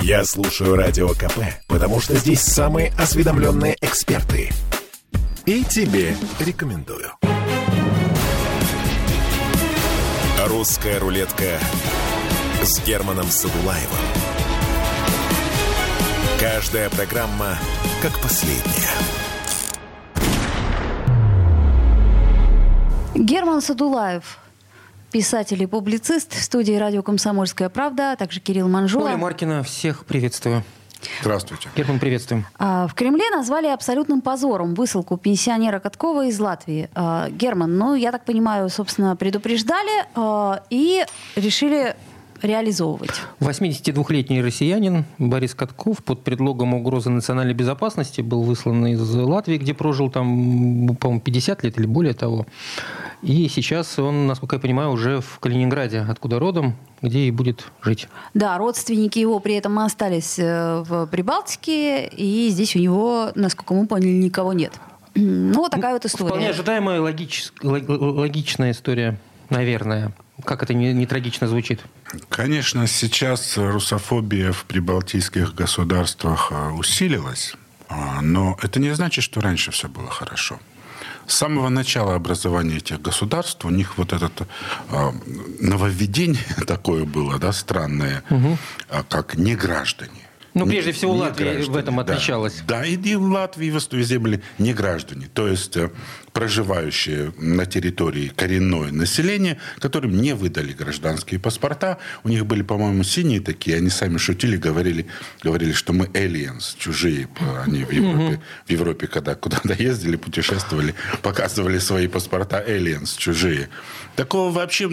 Я слушаю Радио КП, потому что здесь самые осведомленные эксперты. И тебе рекомендую. «Русская рулетка» с Германом Садулаевым. Каждая программа как последняя. Герман Садулаев, писатель и публицист, в студии радио «Комсомольская правда», а также Кирилл Манжула. Оля Маркина, всех приветствую. Здравствуйте. Герман, приветствуем. В Кремле назвали абсолютным позором высылку пенсионера Каткова из Латвии. Герман, я так понимаю, собственно, предупреждали и решили реализовывать. 82-летний россиянин Борис Катков под предлогом угрозы национальной безопасности был выслан из Латвии, где прожил там, по-моему, 50 лет или более того. И сейчас он, насколько я понимаю, уже в Калининграде, откуда родом, где и будет жить. Да, родственники его при этом остались в Прибалтике, и здесь у него, насколько мы поняли, никого нет. Вот такая вот история. Вполне ожидаемая, логичная история, наверное. Как это не трагично звучит? Конечно, сейчас русофобия в прибалтийских государствах усилилась, но это не значит, что раньше все было хорошо. С самого начала образования этих государств у них вот это нововведение такое было, да, странное, как неграждане. Ну, прежде всего, Латвия в этом отличалась. Да, и в Латвии везде были не граждане, то есть проживающие на территории коренное население, которым не выдали гражданские паспорта. У них были, по-моему, синие такие, они сами шутили, говорили, что мы aliens, чужие. Они в Европе, когда куда-то ездили, путешествовали, показывали свои паспорта aliens, чужие. Такого вообще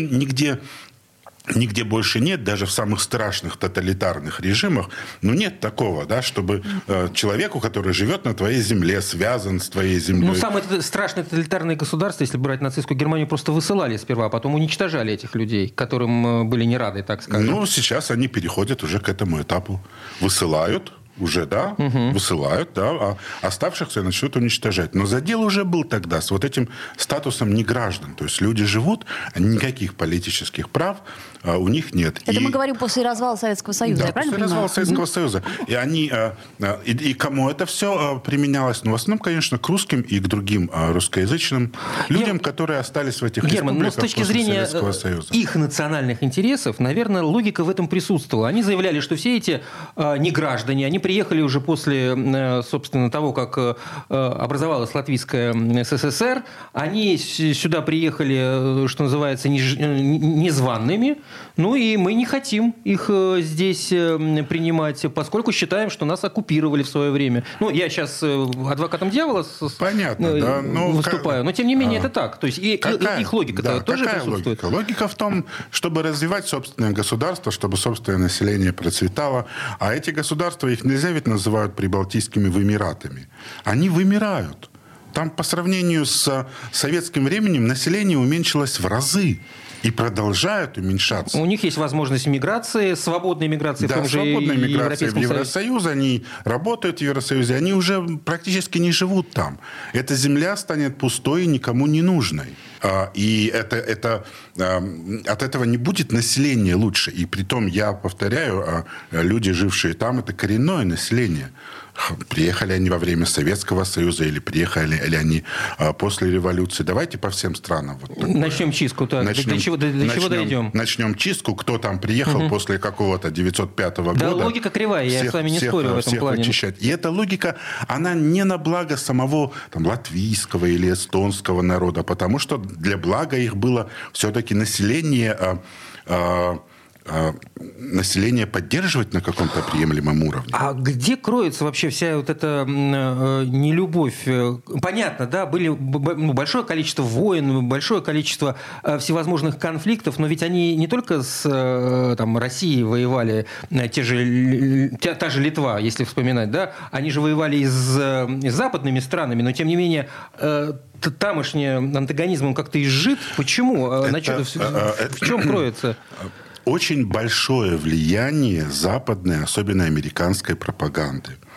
нигде больше нет, даже в самых страшных тоталитарных режимах. Но нет такого, да, чтобы человеку, который живет на твоей земле, связан с твоей землей. Ну, самые страшные тоталитарные государства, если брать нацистскую Германию, просто высылали сперва, а потом уничтожали этих людей, которым были не рады, так скажем. Ну, сейчас они переходят уже к этому этапу. Высылают. Уже, да, высылают, да, а оставшихся начнут уничтожать. Но задел уже был тогда с вот этим статусом неграждан. То есть люди живут, а никаких политических прав у них нет. Это мы говорим после развала Советского Союза, да, я правильно после понимаю? развала Советского Союза. И они, и кому это все применялось? Ну, в основном, конечно, к русским и к другим русскоязычным людям, которые остались в этих республиках с точки зрения их национальных интересов, наверное, логика в этом присутствовала. Они заявляли, что все эти неграждане, они приехали уже после, собственно, того, как образовалась Латвийская СССР. Они сюда приехали, что называется, незваными. Ну и мы не хотим их здесь принимать, поскольку считаем, что нас оккупировали в свое время. Ну, я сейчас адвокатом дьявола выступаю, но тем не менее это так. То есть их логика тоже присутствует. Логика в том, чтобы развивать собственное государство, чтобы собственное население процветало. А эти государства, их нельзя ведь называют прибалтийскими вымиратами. Они вымирают. Там по сравнению с советским временем население уменьшилось в разы. И продолжают уменьшаться. У них есть возможность миграции, свободной миграции, в том же Европейском в Евросоюз. Они работают в Евросоюзе, они уже практически не живут там. Эта земля станет пустой и никому не нужной. И от этого не будет население лучше. И притом, я повторяю, люди, жившие там, это коренное население. Приехали они во время Советского Союза или приехали ли они после революции. Давайте по всем странам. Вот начнем чистку. Так. До чего дойдем? Начнем чистку. Кто там приехал после какого-то 905 года. Да, логика кривая, я с вами не спорю в этом плане. Очищать. И эта логика, она не на благо самого латвийского или эстонского народа, потому что для блага их было все-таки население поддерживать на каком-то приемлемом уровне. А где кроется вообще вся вот эта нелюбовь? Понятно, да, были большое количество войн, большое количество всевозможных конфликтов, но ведь они не только с Россией воевали, та же Литва, если вспоминать, да, они же воевали и с западными странами, но тем не менее тамошний антагонизм он как-то изжит. Почему? В чем кроется? Очень большое влияние западной, особенно американской пропаганды.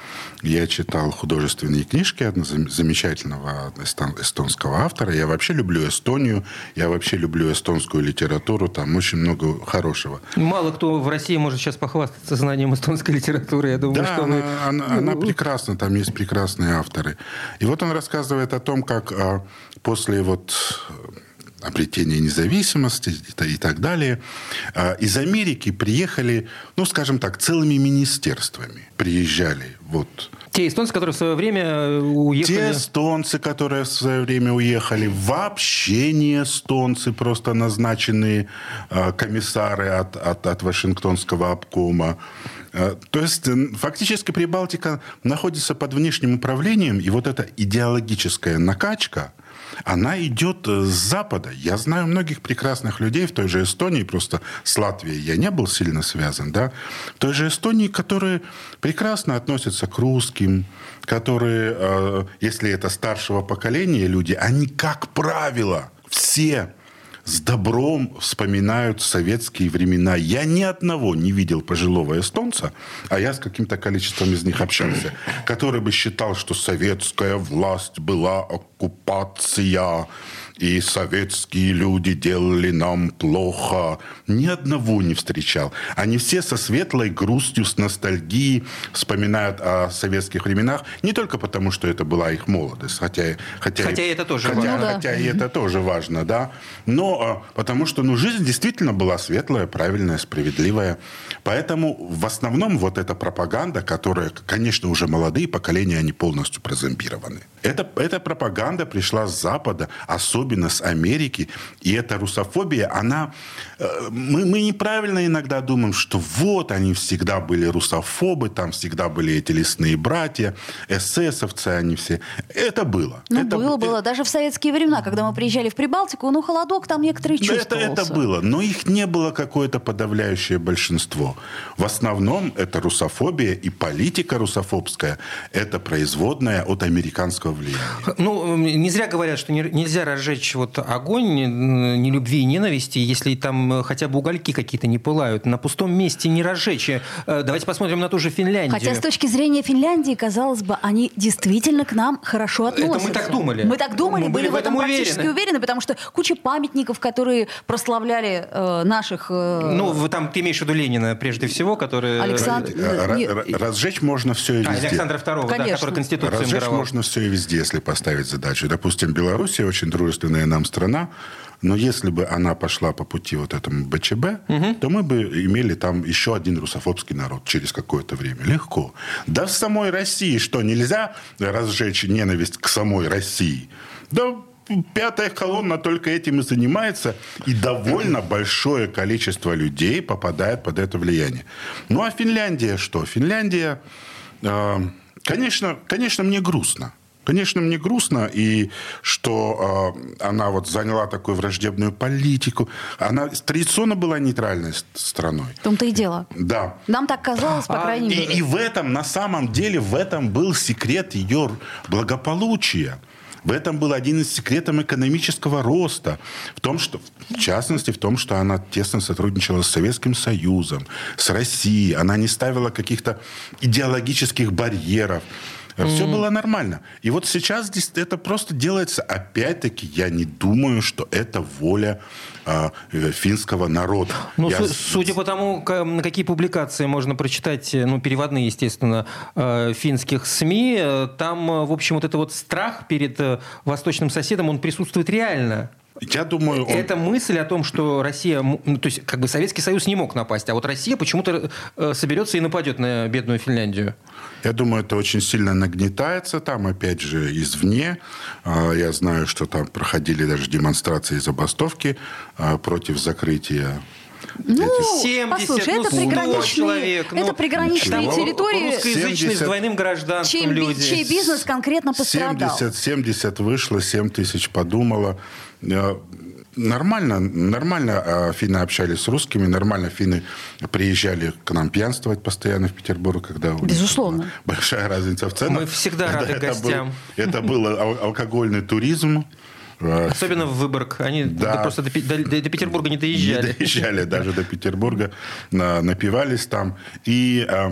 Я читал художественные книжки замечательного эстонского автора. Я вообще люблю Эстонию, я вообще люблю эстонскую литературу, там очень много хорошего. Мало кто в России может сейчас похвастаться знанием эстонской литературы. Я думаю, да, что она прекрасна, там есть прекрасные авторы. И вот он рассказывает о том, как после обретения независимости и так далее, из Америки приехали, скажем так, целыми министерствами. Приезжали те эстонцы, которые в свое время уехали... Те эстонцы, которые в свое время уехали, вообще не эстонцы, просто назначенные комиссары от Вашингтонского обкома. То есть, фактически, Прибалтика находится под внешним управлением, и вот эта идеологическая накачка, она идет с Запада. Я знаю многих прекрасных людей в той же Эстонии, просто с Латвией я не был сильно связан, да, в той же Эстонии, которые прекрасно относятся к русским, которые, если это старшего поколения люди, они, как правило, все с добром вспоминают советские времена. Я ни одного не видел пожилого эстонца, а я с каким-то количеством из них общался, который бы считал, что советская власть была оккупация, и советские люди делали нам плохо. Ни одного не встречал. Они все со светлой грустью, с ностальгией вспоминают о советских временах, не только потому, что это была их молодость, хотя и это тоже важно. Хотя и это тоже важно, да. Но потому что жизнь действительно была светлая, правильная, справедливая. Поэтому в основном вот эта пропаганда, которая, конечно, уже молодые поколения, они полностью прозомбированы. Эта пропаганда пришла с Запада, особенно с Америки. И эта русофобия, мы неправильно иногда думаем, что вот они всегда были русофобы, там всегда были эти лесные братья, эсэсовцы, они все. Это было. Было. Даже в советские времена, когда мы приезжали в Прибалтику, холодок там некоторые чувствовался. Это было. Но их не было какое-то подавляющее большинство. В основном это русофобия и политика русофобская. Это производная от американского влияния. Не зря говорят, что нельзя разжечь огонь ни любви, ни ненависти, если там хотя бы угольки какие-то не пылают. На пустом месте не разжечь. Давайте посмотрим на ту же Финляндию. Хотя с точки зрения Финляндии, казалось бы, они действительно к нам хорошо относятся. Это мы так думали. Мы так думали, были в этом практически уверены, потому что куча памятников, которые прославляли наших... там ты имеешь в виду Ленина, прежде всего, который... Разжечь можно все и везде. Александра II, который Конституцию разжечь мировал. Можно все и везде, если поставить задачу. Допустим, Белоруссия очень дружественная нам страна, но если бы она пошла по пути этому БЧБ, то мы бы имели там еще один русофобский народ через какое-то время. Легко. Да в самой России что, нельзя разжечь ненависть к самой России? Да пятая колонна только этим и занимается, и довольно большое количество людей попадает под это влияние. А Финляндия что? Финляндия, конечно, мне грустно. Конечно, мне грустно, и что она заняла такую враждебную политику. Она традиционно была нейтральной страной. В том-то и дело. Да. Нам так казалось, по крайней мере. И в этом, на самом деле, был секрет ее благополучия. В этом был один из секретов экономического роста. В частности, в том, что она тесно сотрудничала с Советским Союзом, с Россией. Она не ставила каких-то идеологических барьеров. Все было нормально. И сейчас здесь это просто делается. Опять-таки, я не думаю, что это воля финского народа. Судя по тому, какие публикации можно прочитать, переводные, естественно, финских СМИ, там, в общем, этот страх перед восточным соседом, он присутствует реально. Я думаю, это мысль о том, что Россия, то есть Советский Союз не мог напасть, а Россия почему-то соберется и нападет на бедную Финляндию. Я думаю, это очень сильно нагнетается там, опять же, извне. Я знаю, что там проходили даже демонстрации и забастовки против закрытия. 70, послушай, это приграничные территории. Русскоязычные с двойным гражданством люди. Чей бизнес конкретно пострадал. 70 вышло, 7 тысяч подумало. Нормально финны общались с русскими, нормально финны приезжали к нам пьянствовать постоянно в Петербург, когда у них была большая разница в ценах. Мы всегда рады гостям. Это был алкогольный туризм. Особенно в Выборг. Они просто до Петербурга не доезжали. Не доезжали даже до Петербурга, напивались там. И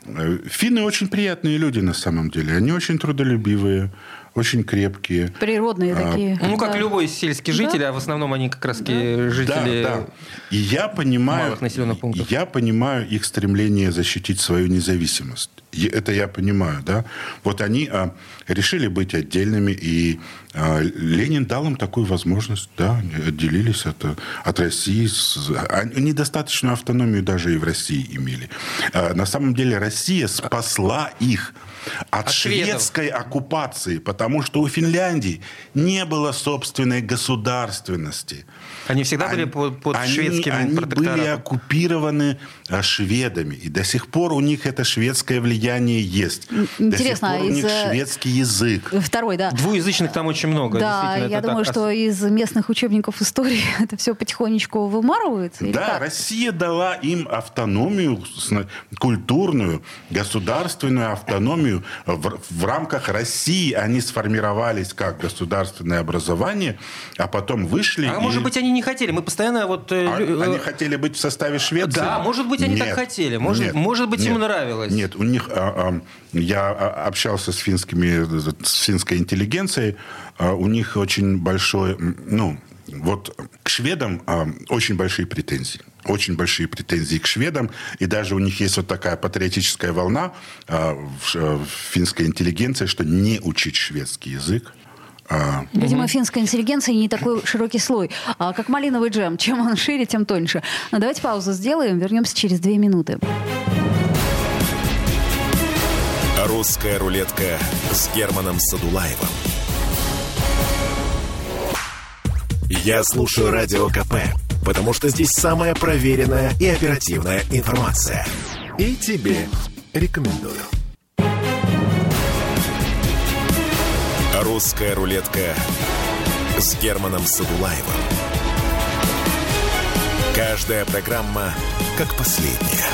Финны очень приятные люди на самом деле. Они очень трудолюбивые, очень крепкие. Природные такие. Ну, как любой сельский житель, а в основном они как раз жители И я понимаю, малых населенных пунктов. Я понимаю их стремление защитить свою независимость. Это я понимаю, да. Вот они решили быть отдельными, и Ленин дал им такую возможность, да, отделились от России. Они достаточную автономию даже и в России имели. На самом деле Россия спасла их от шведской оккупации, потому что у Финляндии не было собственной государственности. Они всегда были под шведским протекторатом. Они были оккупированы шведами, и до сих пор у них это шведское влияние есть. Интересно, до сих пор у них шведский язык. Второй, да. Двуязычных там очень много. Да, я думаю, что из местных учебников истории это все потихонечку вымарывается. Да, Россия дала им автономию, культурную, государственную автономию. В рамках России они сформировались как государственное образование, а потом вышли. А может быть, они не хотели? Мы постоянно Они хотели быть в составе Швеции? Да, может быть, они так хотели. Может быть, им нравилось. Нет, у них... Я общался с финской интеллигенцией. У них очень большой... Вот к шведам очень большие претензии. Очень большие претензии к шведам. И даже у них есть вот такая патриотическая волна в финской интеллигенции, что не учить шведский язык. Видимо, финская интеллигенция не такой широкий слой. Как малиновый джем. Чем он шире, тем тоньше. Но давайте паузу сделаем. Вернемся через 2 минуты. «Русская рулетка» с Германом Садулаевым. Я слушаю Радио КП, потому что здесь самая проверенная и оперативная информация. И тебе рекомендую. «Русская рулетка» с Германом Садулаевым. Каждая программа как последняя.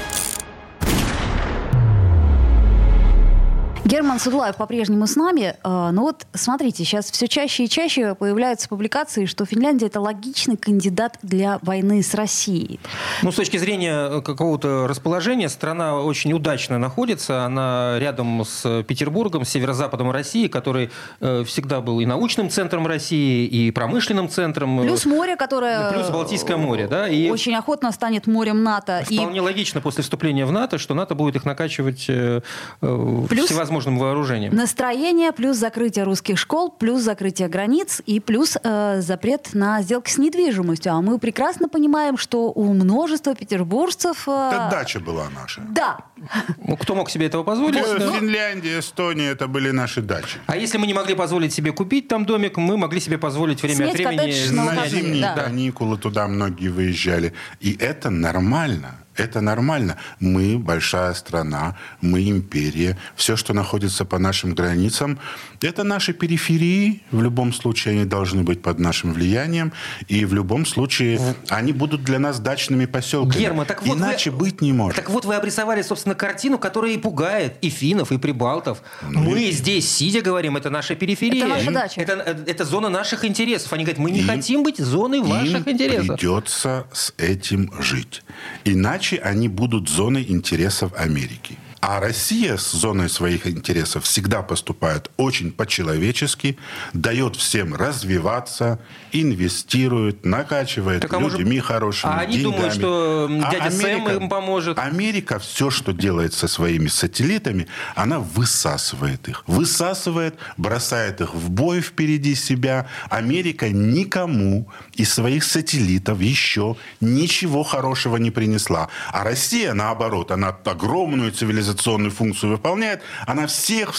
Герман Садулаев по-прежнему с нами. Но вот смотрите, сейчас все чаще и чаще появляются публикации, что Финляндия — это логичный кандидат для войны с Россией. Ну, с точки зрения какого-то расположения, страна очень удачно находится. Она рядом с Петербургом, с северо-западом России, который всегда был и научным центром России, и промышленным центром. Плюс море, которое... Плюс Балтийское море, да. И очень охотно станет морем НАТО. Вполне логично после вступления в НАТО, что НАТО будет их накачивать всевозможными вооружением. Настроение, плюс закрытие русских школ, плюс закрытие границ и плюс запрет на сделки с недвижимостью. А мы прекрасно понимаем, что у множества петербуржцев... Это дача была наша. Да. Ну, кто мог себе этого позволить? Финляндия, Эстония, это были наши дачи. А если мы не могли позволить себе купить там домик, мы могли себе позволить время от времени... На зимние каникулы туда многие выезжали. И это нормально. Это нормально. Мы большая страна, мы империя. Все, что находится по нашим границам, это наши периферии. В любом случае они должны быть под нашим влиянием. И в любом случае они будут для нас дачными поселками. Герман, так вот иначе быть не может. Так вот вы обрисовали, собственно, картину, которая и пугает и финнов, и прибалтов. Мы здесь, сидя, говорим, это наша периферия. Это наша дача. Это зона наших интересов. Они говорят, мы не хотим быть зоной ваших интересов. Придется с этим жить. Иначе они будут зоной интересов Америки. А Россия с зоной своих интересов всегда поступает очень по-человечески, дает всем развиваться, инвестирует, накачивает людьми хорошими, деньгами. Они думают, что дядя Сэм им поможет. Америка все, что делает со своими сателлитами, она высасывает их. Высасывает, бросает их в бой впереди себя. Америка никому из своих сателлитов еще ничего хорошего не принесла. А Россия, наоборот, она огромную цивилизационную функцию выполняет, она всех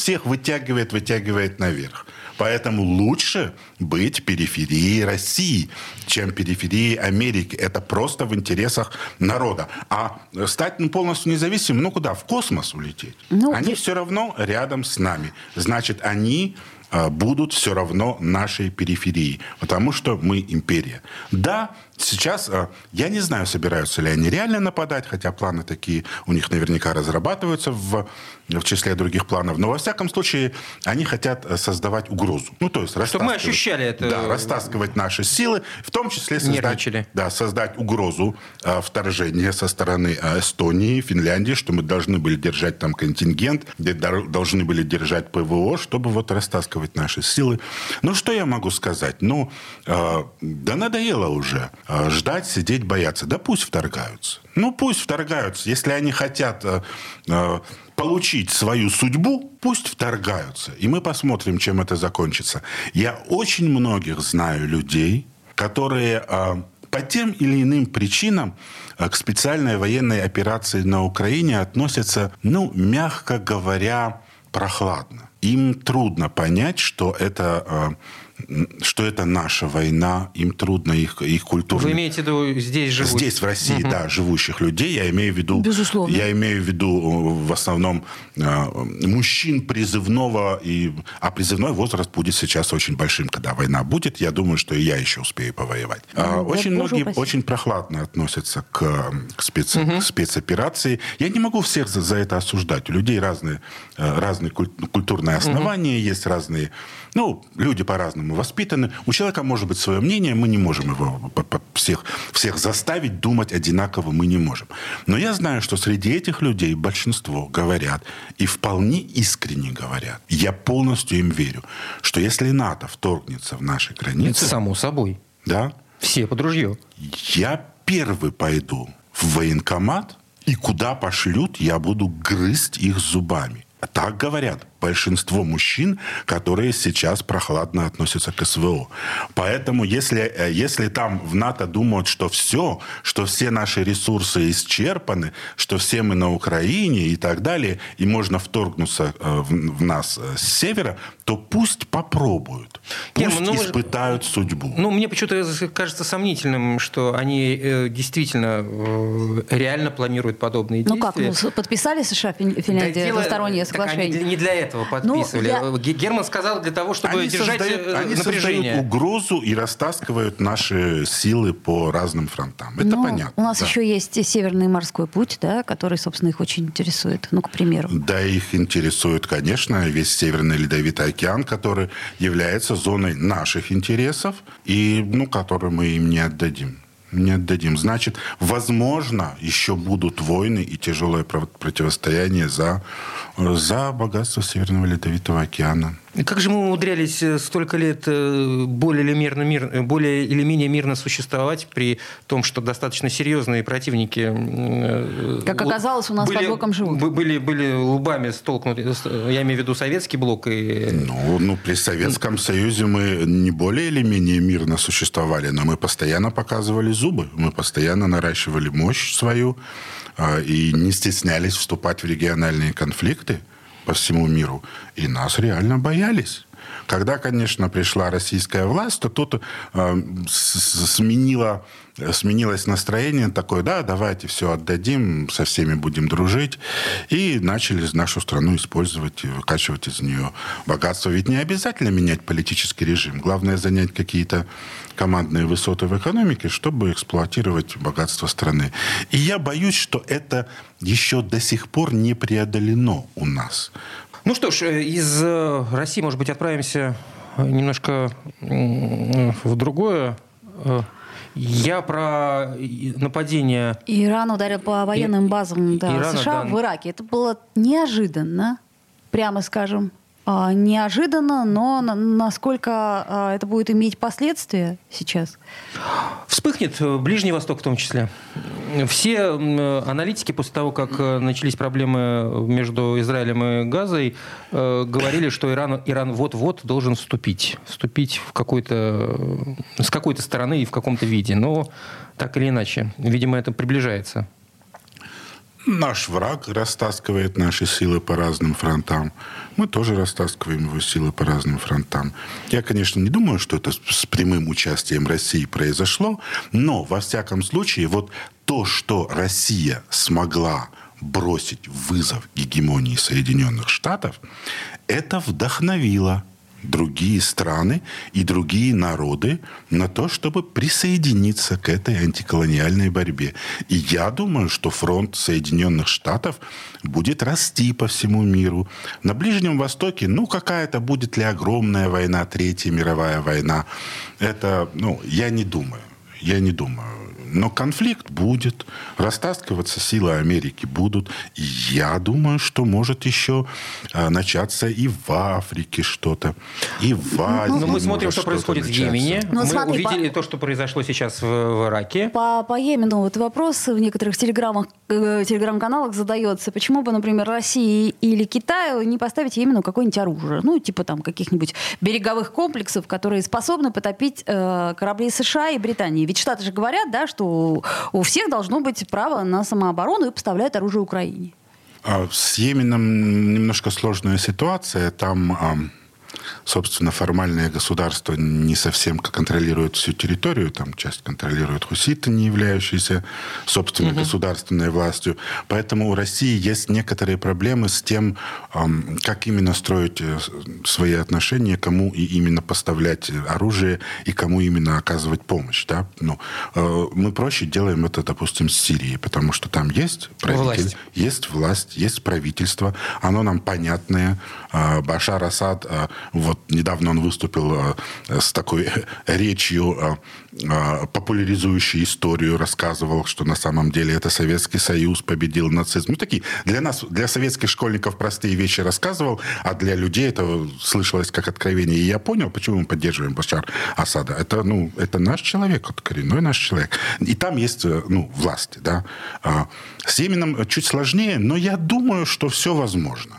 вытягивает наверх. Поэтому лучше быть периферией России, чем периферией Америки. Это просто в интересах народа. А стать полностью независимым, куда? В космос улететь. Они все равно рядом с нами. Значит, они будут все равно нашей периферией, потому что мы империя. Да, сейчас, я не знаю, собираются ли они реально нападать, хотя планы такие у них наверняка разрабатываются в числе других планов, но во всяком случае они хотят создавать угрозу. Ну, то есть чтобы мы ощущали это. Да, растаскивать наши силы, в том числе создать угрозу вторжения со стороны Эстонии, Финляндии, что мы должны были держать там контингент, где должны были держать ПВО, чтобы вот растаскивать наши силы. Ну, что я могу сказать? Ну, да надоело уже ждать, сидеть, бояться. Да пусть вторгаются. Ну, пусть вторгаются. Если они хотят получить свою судьбу, пусть вторгаются. И мы посмотрим, чем это закончится. Я очень многих знаю людей, которые по тем или иным причинам к специальной военной операции на Украине относятся, ну, мягко говоря, прохладно. Им трудно понять, что это наша война, им трудно их культурно. Вы имеете в виду здесь живущих? Здесь, в России, да, живущих людей. Я имею в виду, безусловно. Я имею в виду в основном мужчин призывного, а призывной возраст будет сейчас очень большим, когда война будет. Я думаю, что и я еще успею повоевать. Очень многие очень прохладно относятся к спецоперации. Я не могу всех за это осуждать. У людей разные культурные основания, есть разные... Ну, люди по-разному воспитаны. У человека может быть свое мнение, мы не можем его всех заставить думать одинаково, мы не можем. Но я знаю, что среди этих людей большинство говорят, и вполне искренне говорят, я полностью им верю, что если НАТО вторгнется в наши границы... Это само собой. Да? Все под ружье. Я первый пойду в военкомат, и куда пошлют, я буду грызть их зубами. Так говорят большинство мужчин, которые сейчас прохладно относятся к СВО. Поэтому, если там в НАТО думают, что все наши ресурсы исчерпаны, что все мы на Украине и так далее, и можно вторгнуться в нас с севера, то пусть попробуют. Пусть испытают судьбу. Ну, мне почему-то кажется сомнительным, что они действительно реально планируют подобные действия. Ну как, подписали США, Финляндия двустороннее соглашение? Они не для этого подписывали. Герман сказал для того, чтобы держать напряжение. Они создают угрозу и растаскивают наши силы по разным фронтам. Это понятно. У нас еще есть Северный морской путь, да, который, собственно, их очень интересует. Ну, к примеру. Да, их интересует, конечно, весь Северный Ледовитый океан, который является зоной наших интересов и, который мы им не отдадим. Значит, возможно, еще будут войны и тяжелое противостояние за богатство Северного Ледовитого океана. И как же мы умудрялись столько лет более или менее мирно существовать при том, что достаточно серьезные противники... Как оказалось, у нас под боком живут. Были лбами столкнуты, я имею в виду советский блок. При Советском Союзе мы не более или менее мирно существовали, но мы постоянно показывали зубы, мы постоянно наращивали мощь свою и не стеснялись вступать в региональные конфликты по всему миру. И нас реально боялись. Когда, конечно, пришла российская власть, то тут сменилось настроение такое, да, давайте все отдадим, со всеми будем дружить. И начали нашу страну использовать и выкачивать из нее богатство. Ведь не обязательно менять политический режим. Главное занять какие-то командные высоты в экономике, чтобы эксплуатировать богатство страны. И я боюсь, что это еще до сих пор не преодолено у нас. Ну что ж, из России, может быть, отправимся немножко в другое. Я про нападение... Иран ударил по военным базам США в Ираке. Это было неожиданно, прямо скажем. Неожиданно, но насколько это будет иметь последствия сейчас? Вспыхнет Ближний Восток в том числе. Все аналитики после того, как начались проблемы между Израилем и Газой, говорили, что Иран вот-вот должен вступить с какой-то стороны и в каком-то виде. Но так или иначе, видимо, это приближается. Наш враг растаскивает наши силы по разным фронтам. Мы тоже растаскиваем его силы по разным фронтам. Я, конечно, не думаю, что это с прямым участием России произошло, но, во всяком случае, вот то, что Россия смогла бросить вызов гегемонии Соединенных Штатов, это вдохновило другие страны и другие народы на то, чтобы присоединиться к этой антиколониальной борьбе. И я думаю, что фронт Соединенных Штатов будет расти по всему миру. На Ближнем Востоке, какая-то будет ли огромная война, Третья мировая война, это, я не думаю. Но конфликт будет, растаскиваться силы Америки будут. И я думаю, что может еще начаться и в Африке что-то, и в Азии. Мы смотрим, что происходит в Йемене. Мы увидели то, что произошло сейчас в Ираке. По Йемену вопрос в некоторых телеграм-каналах задается. Почему бы, например, России или Китаю не поставить Йемену какое-нибудь оружие? Типа там каких-нибудь береговых комплексов, которые способны потопить корабли США и Британии. Ведь Штаты же говорят, да, что у всех должно быть право на самооборону и поставляют оружие Украине. С Йеменом немножко сложная ситуация. Там, собственно, формальное государство не совсем контролирует всю территорию. Там часть контролируют хуситы, не являющиеся, собственно, государственной властью. Поэтому у России есть некоторые проблемы с тем, как именно строить свои отношения, кому и именно поставлять оружие и кому именно оказывать помощь. Да? Мы проще делаем это, допустим, с Сирией, потому что там есть правитель, есть власть, есть правительство. Оно нам понятное. Башар Асад... недавно он выступил с такой речью, популяризующей историю, рассказывал, что на самом деле это Советский Союз победил нацизм. Такие для советских школьников простые вещи рассказывал, а для людей это слышалось как откровение. И я понял, почему мы поддерживаем Башар Асада. Это наш человек, коренной наш человек. И там есть власти. Да? С Йеменом чуть сложнее, но я думаю, что все возможно.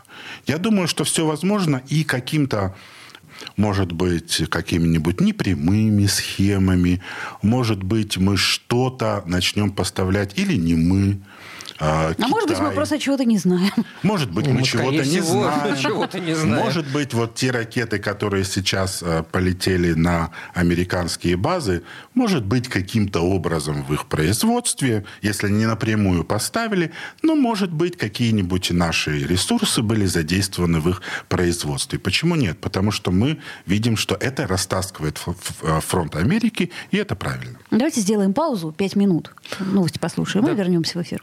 И каким-то, может быть, какими-нибудь непрямыми схемами, может быть, мы что-то начнем поставлять, или не мы. Может быть, мы просто чего-то не знаем. Может быть, мы чего-то не знаем. Может быть, те ракеты, которые сейчас полетели на американские базы, может быть, каким-то образом в их производстве, если не напрямую поставили, но, может быть, какие-нибудь наши ресурсы были задействованы в их производстве. Почему нет? Потому что мы видим, что это растаскивает фронт Америки, и это правильно. Давайте сделаем паузу, 5 минут. Новости послушаем, и вернемся в эфир.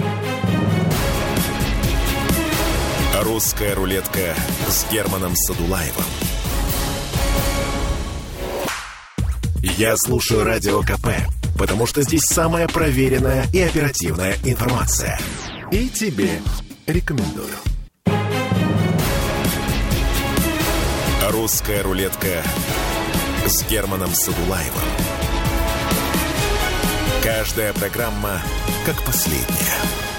«Русская рулетка» с Германом Садулаевым. Я слушаю Радио КП, потому что здесь самая проверенная и оперативная информация. И тебе рекомендую. «Русская рулетка» с Германом Садулаевым. Каждая программа как последняя.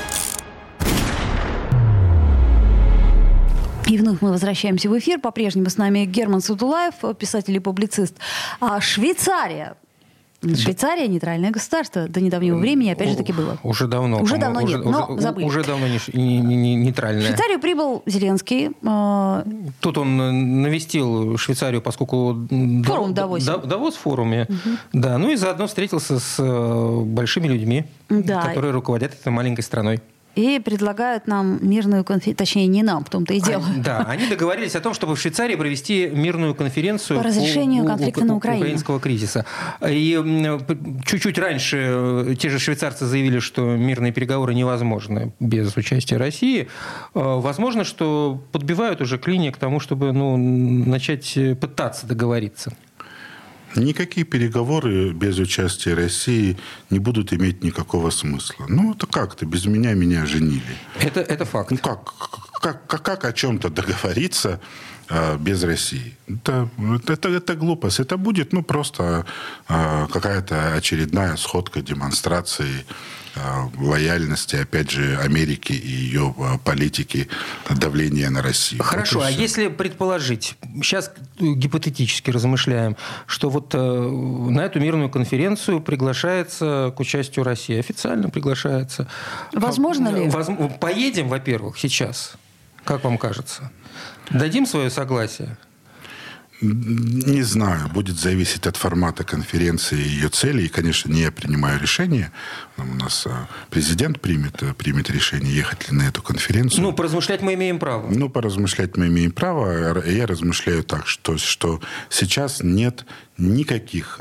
И вновь мы возвращаемся в эфир. По-прежнему с нами Герман Садулаев, писатель и публицист. Швейцария. Швейцария — нейтральное государство. До недавнего времени, опять же, таки было. Уже давно нет, но забыли. Уже давно не нейтральное. В Швейцарию прибыл Зеленский. Тут он навестил Швейцарию, поскольку... Форум в Давосе. Давос в форуме. Да, и заодно встретился с большими людьми, которые руководят этой маленькой страной. И предлагают нам мирную конференцию, точнее, не нам, в том-то и дело. Они договорились о том, чтобы в Швейцарии провести мирную конференцию по разрешению конфликта на Украине. Украинского кризиса. И чуть-чуть раньше те же швейцарцы заявили, что мирные переговоры невозможны без участия России. Возможно, что подбивают уже клинья к тому, чтобы начать пытаться договориться. Никакие переговоры без участия России не будут иметь никакого смысла. Это как-то без меня женили. Это факт. Как о чем-то договориться без России? Это глупость. Это будет просто какая-то очередная сходка демонстрации лояльности, опять же, Америки и ее политики давления на Россию. Хорошо, если предположить, сейчас гипотетически размышляем, что на эту мирную конференцию приглашается к участию Россия, официально приглашается. Возможно ли? Поедем, во-первых, сейчас, как вам кажется? Дадим свое согласие? Не знаю. Будет зависеть от формата конференции и ее цели. И, конечно, не я принимаю решение. У нас президент примет решение, ехать ли на эту конференцию. Ну, поразмышлять мы имеем право. Ну, поразмышлять мы имеем право. Я размышляю так, что сейчас нет никаких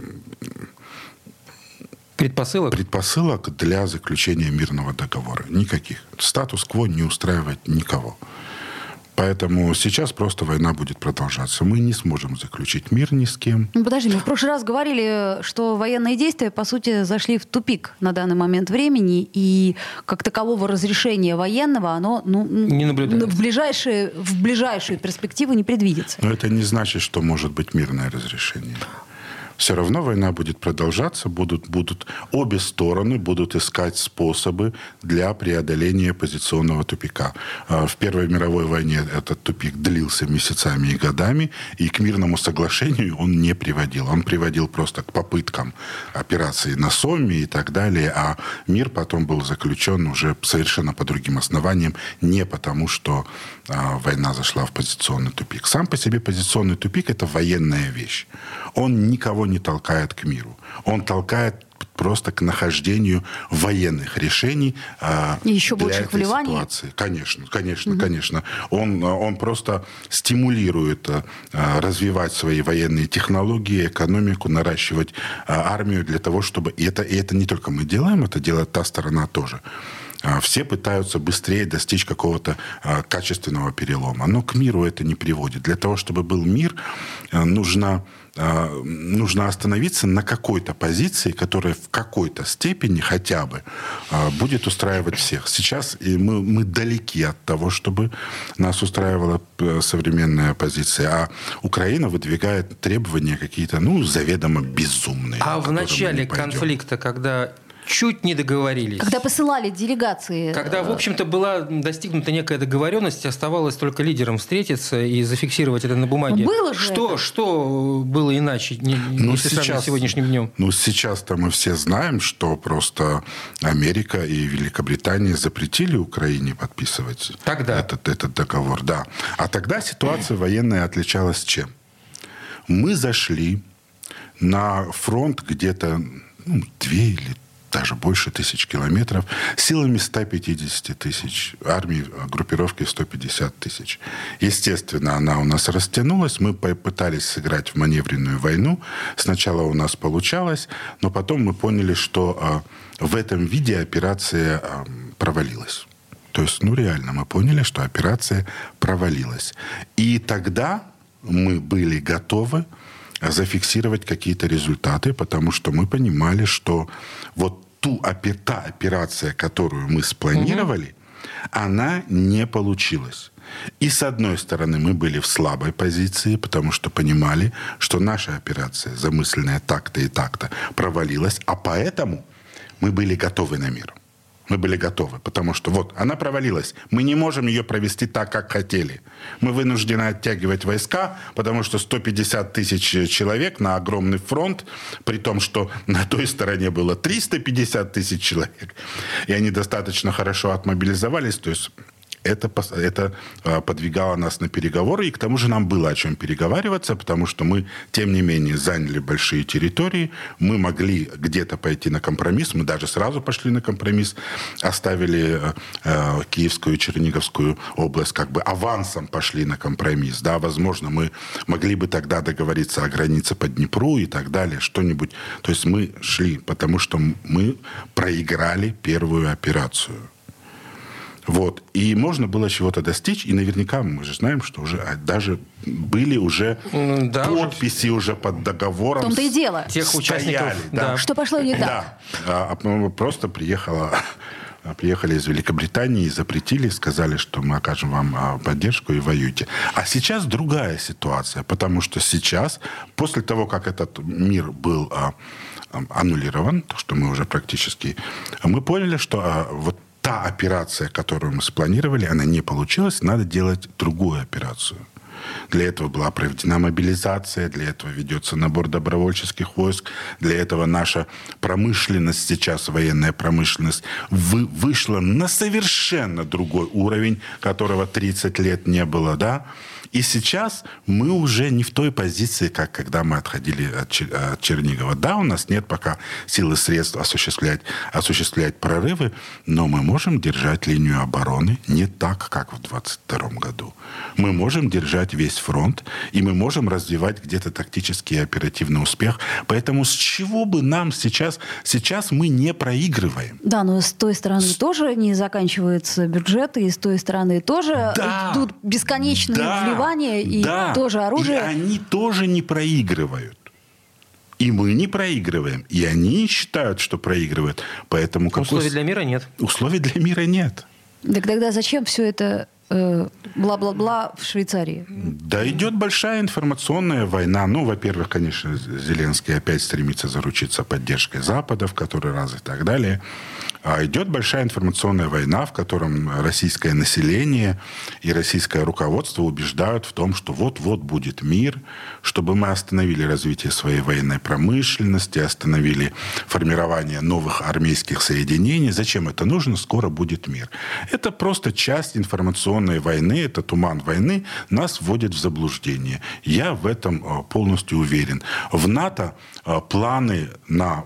предпосылок для заключения мирного договора. Никаких. Статус-кво не устраивает никого. Поэтому сейчас просто война будет продолжаться. Мы не сможем заключить мир ни с кем. Ну, подожди, мы в прошлый раз говорили, что военные действия, по сути, зашли в тупик на данный момент времени, и как такового разрешения военного, оно не наблюдается. В ближайшую перспективу не предвидится. Но это не значит, что может быть мирное разрешение. Все равно война будет продолжаться, обе стороны будут искать способы для преодоления позиционного тупика. В Первой мировой войне этот тупик длился месяцами и годами, и к мирному соглашению он не приводил. Он приводил просто к попыткам операции на Соmme и так далее, а мир потом был заключен уже совершенно по другим основаниям, не потому, что война зашла в позиционный тупик. Сам по себе позиционный тупик – это военная вещь. Он никого не толкает к миру. Он толкает просто к нахождению военных решений и еще для больших этой вливаний. Ситуации. Конечно. Он просто стимулирует развивать свои военные технологии, экономику, наращивать армию для того, чтобы... И это не только мы делаем, это делает та сторона тоже. Все пытаются быстрее достичь какого-то качественного перелома. Но к миру это не приводит. Для того, чтобы был мир, нужно остановиться на какой-то позиции, которая в какой-то степени хотя бы будет устраивать всех. Сейчас мы далеки от того, чтобы нас устраивала современная позиция. А Украина выдвигает требования какие-то, заведомо безумные. А в начале конфликта, когда чуть не договорились. Когда посылали делегации. Когда, в общем-то, была достигнута некая договоренность, оставалось только лидерам встретиться и зафиксировать это на бумаге. Было же что было иначе, если сравнить с сегодняшним днем? Сейчас-то мы все знаем, что просто Америка и Великобритания запретили Украине подписывать этот договор. Да. А тогда ситуация военная отличалась чем? Мы зашли на фронт где-то 2 или даже больше 1000 километров, силами 150 тысяч, армии группировки 150 тысяч. Естественно, она у нас растянулась, мы попытались сыграть в маневренную войну. Сначала у нас получалось, но потом мы поняли, что в этом виде операция провалилась. То есть, реально, мы поняли, что операция провалилась. И тогда мы были готовы зафиксировать какие-то результаты, потому что мы понимали, что вот та операция, которую мы спланировали, она не получилась. И с одной стороны мы были в слабой позиции, потому что понимали, что наша операция, замысленная так-то и так-то, провалилась, а поэтому мы были готовы на мир. Мы были готовы, потому что она провалилась. Мы не можем ее провести так, как хотели. Мы вынуждены оттягивать войска, потому что 150 тысяч человек на огромный фронт, при том, что на той стороне было 350 тысяч человек. И они достаточно хорошо отмобилизовались, то есть это подвигало нас на переговоры, и к тому же нам было о чем переговариваться, потому что мы, тем не менее, заняли большие территории, мы могли где-то пойти на компромисс, мы даже сразу пошли на компромисс, оставили Киевскую и Черниговскую область, как бы авансом пошли на компромисс, да, возможно, мы могли бы тогда договориться о границе по Днепру и так далее, что-нибудь, то есть мы шли, потому что мы проиграли первую операцию. И можно было чего-то достичь, и наверняка мы же знаем, что уже даже были подписи уже под договором. В том-то и дело. Тех участников. Да. Что пошло не так? Да. Просто приехали из Великобритании, запретили, сказали, что мы окажем вам поддержку и воюйте. А сейчас другая ситуация, потому что сейчас, после того, как этот мир был аннулирован, то, что мы уже практически... Мы поняли, что та операция, которую мы спланировали, она не получилась, надо делать другую операцию. Для этого была проведена мобилизация, для этого ведется набор добровольческих войск, для этого наша промышленность сейчас, военная промышленность, вышла на совершенно другой уровень, которого 30 лет не было, да? И сейчас мы уже не в той позиции, как когда мы отходили от Чернигова. Да, у нас нет пока сил и средств осуществлять прорывы, но мы можем держать линию обороны не так, как в 2022 году. Мы можем держать весь фронт, и мы можем развивать где-то тактический и оперативный успех. Поэтому с чего бы нам сейчас мы не проигрываем. Да, но с той стороны тоже не заканчивается бюджет, и с той стороны тоже идут бесконечные вливания, и тоже оружие. И они тоже не проигрывают. И мы не проигрываем. И они считают, что проигрывают. Поэтому условий для мира нет. Условий для мира нет. Так тогда зачем все это бла-бла-бла в Швейцарии? Да, идет большая информационная война. Ну, во-первых, конечно, Зеленский опять стремится заручиться поддержкой Запада в который раз и так далее. А идет большая информационная война, в котором российское население и российское руководство убеждают в том, что вот-вот будет мир, чтобы мы остановили развитие своей военной промышленности, остановили формирование новых армейских соединений. Зачем это нужно? Скоро будет мир. Это просто часть информационной войны, это туман войны, нас вводит в заблуждение. Я в этом полностью уверен. В НАТО планы на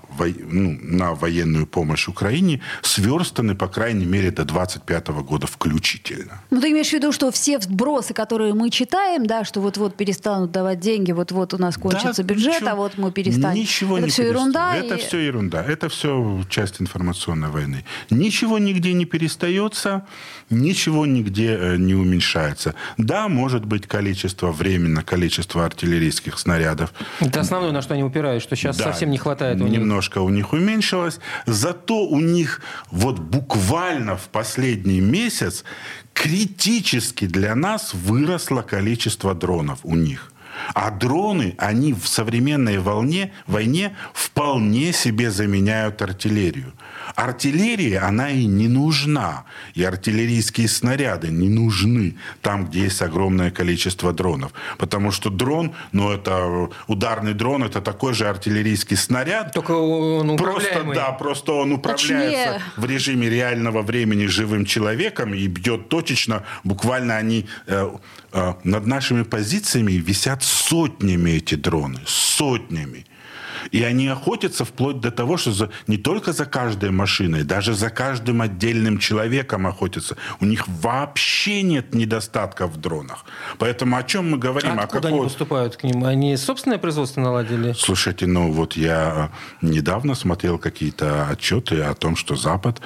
военную помощь Украине сверстаны, по крайней мере, до 2025 года включительно. Ну, ты имеешь в виду, что все вбросы, которые мы читаем, да, что вот-вот перестанут давать деньги, вот-вот у нас кончится бюджет, а вот мы перестанем. Ничего это не все ерунда. Это все ерунда. Это все часть информационной войны. Ничего нигде не перестается, ничего нигде не уменьшается. Да, может быть, временно количество артиллерийских снарядов. Это основное, на что они упирают, что сейчас совсем не хватает у них. Немножко у них уменьшилось. Зато у них вот буквально в последний месяц критически для нас выросло количество дронов у них. А дроны, они в современной войне вполне себе заменяют артиллерию. Артиллерия, она и не нужна. И артиллерийские снаряды не нужны там, где есть огромное количество дронов. Потому что дрон, ударный дрон, это такой же артиллерийский снаряд. Только он управляемый. Просто он управляется в режиме реального времени живым человеком и бьет точечно. Буквально они над нашими позициями висят сотнями эти дроны. Сотнями. И они охотятся вплоть до того, что не только за каждой машиной, даже за каждым отдельным человеком охотятся. У них вообще нет недостатка в дронах. Поэтому о чем мы говорим? Откуда они поступают к ним? Они собственное производство наладили? Слушайте, я недавно смотрел какие-то отчеты о том, что Запад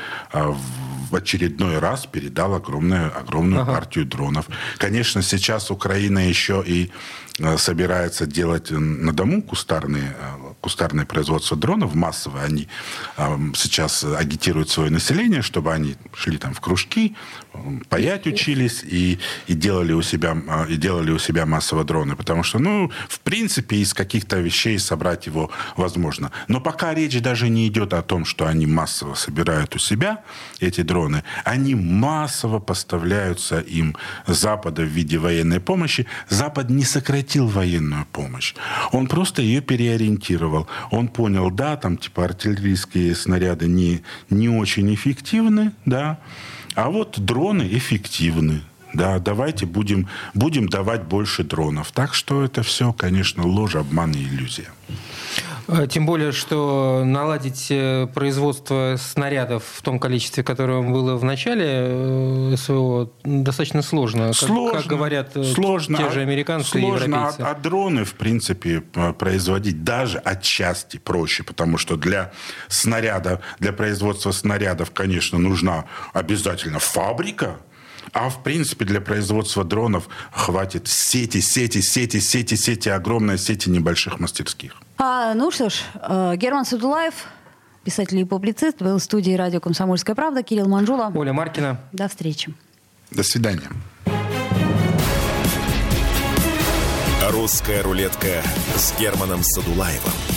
в очередной раз передал огромную партию дронов. Конечно, сейчас Украина еще и собирается делать на дому кустарное производство дронов массовое. Они сейчас агитируют свое население, чтобы они шли там в кружки, паять учились и делали у себя массово дроны. Потому что, в принципе, из каких-то вещей собрать его возможно. Но пока речь даже не идет о том, что они массово собирают у себя эти дроны, они массово поставляются им с Запада в виде военной помощи. Запад не сократил военную помощь. Он просто ее переориентировал. Он понял, артиллерийские снаряды не очень эффективны, а вот дроны эффективны. Да, давайте будем давать больше дронов. Так что это все, конечно, ложь, обман и иллюзия. Тем более, что наладить производство снарядов в том количестве, которое было в начале СВО, достаточно сложно. Как говорят те же американцы и европейцы. А дроны, в принципе, производить даже отчасти проще, потому что для производства снарядов, конечно, нужна обязательно фабрика. А в принципе для производства дронов хватит сети, огромной сети небольших мастерских. Что ж, Герман Садулаев, писатель и публицист, был в студии радио «Комсомольская правда». Кирилл Манжула. Оля Маркина. До встречи. До свидания. «Русская рулетка» с Германом Садулаевым.